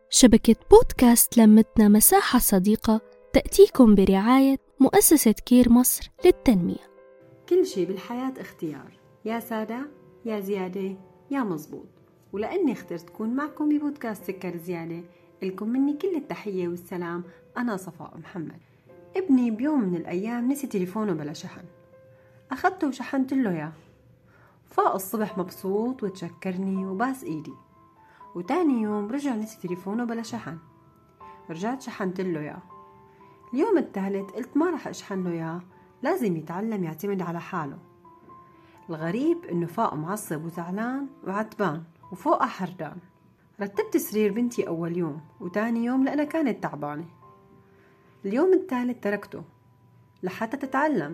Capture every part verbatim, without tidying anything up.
شبكة بودكاست لمتنا مساحة صديقة تأتيكم برعاية مؤسسة كير مصر للتنمية. كل شي بالحياة اختيار، يا سادة يا زيادة يا مزبوط. ولأني اخترت تكون معكم ببودكاست سكر زيادة، لكم مني كل التحية والسلام. أنا صفاء محمد. ابني بيوم من الأيام نسي تليفونه بلا شحن، أخذته وشحنت له ياه. فاق الصبح مبسوط وتشكرني وباس إيدي. وتاني يوم رجع نسي تليفونه بلا شحن، رجعت شحنت له ياه. اليوم الثالث قلت ما رح أشحن له ياه، لازم يتعلم يعتمد على حاله. الغريب إنه فاق معصب وزعلان وعتبان وفوقها حردان. رتبت سرير بنتي أول يوم وتاني يوم لأنها كانت تعبانة. اليوم الثالث تركته لحتى تتعلم.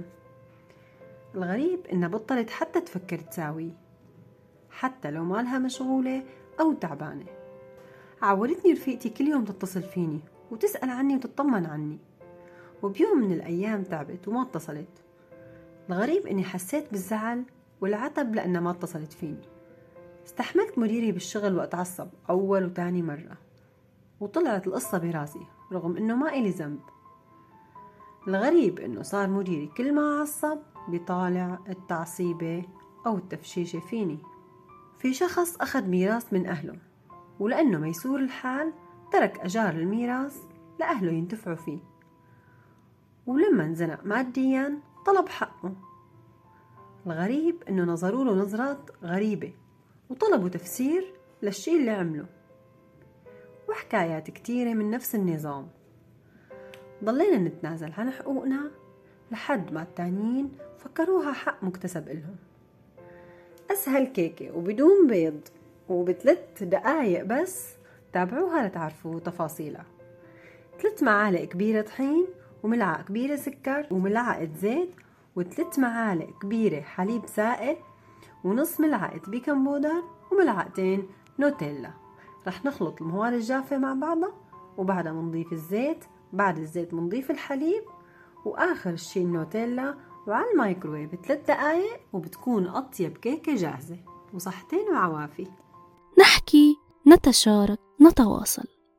الغريب إنها بطلت حتى تفكر تساوي، حتى لو مالها مشغولة أو تعبانة. عودتني رفيقتي كل يوم تتصل فيني وتسأل عني وتطمن عني، وبيوم من الأيام تعبت وما اتصلت. الغريب إني حسيت بالزعل والعتب لأنها ما اتصلت فيني. استحملت مديري بالشغل وقت عصب أول وتاني مرة، وطلعت القصة براسي رغم إنه ما إلي ذنب. الغريب إنه صار مديري كل ما عصب بيطالع التعصيبة أو التفشيشة فيني. في شخص أخذ ميراث من أهله، ولأنه ميسور الحال ترك أجار الميراث لأهله ينتفعوا فيه، ولما انزنق ماديا طلب حقه. الغريب إنه نظروا له نظرات غريبة وطلبوا تفسير للشيء اللي عمله، وحكايات كتيرة من نفس النظام. ضلينا نتنازل عن حقوقنا لحد ما التانيين فكروها حق مكتسب إلهم. أسهل كيكة وبدون بيض وبثلاث دقايق بس، تابعوها لتعرفوا تفاصيلها. ثلاث معالق كبيرة طحين وملعقة كبيرة سكر وملعقة زيت وثلاث معالق كبيرة حليب سائل ونص ملعقة بيكنج بودر وملعقتين نوتيلا. رح نخلط المواد الجافة مع بعضها، وبعدها منضيف الزيت. بعد الزيت منضيف الحليب، وآخر شي النوتيلا، وعلى الميكروويف بثلاث دقايق وبتكون أطيب كيكة جاهزة. وصحتين وعوافي. نحكي، نتشارك، نتواصل.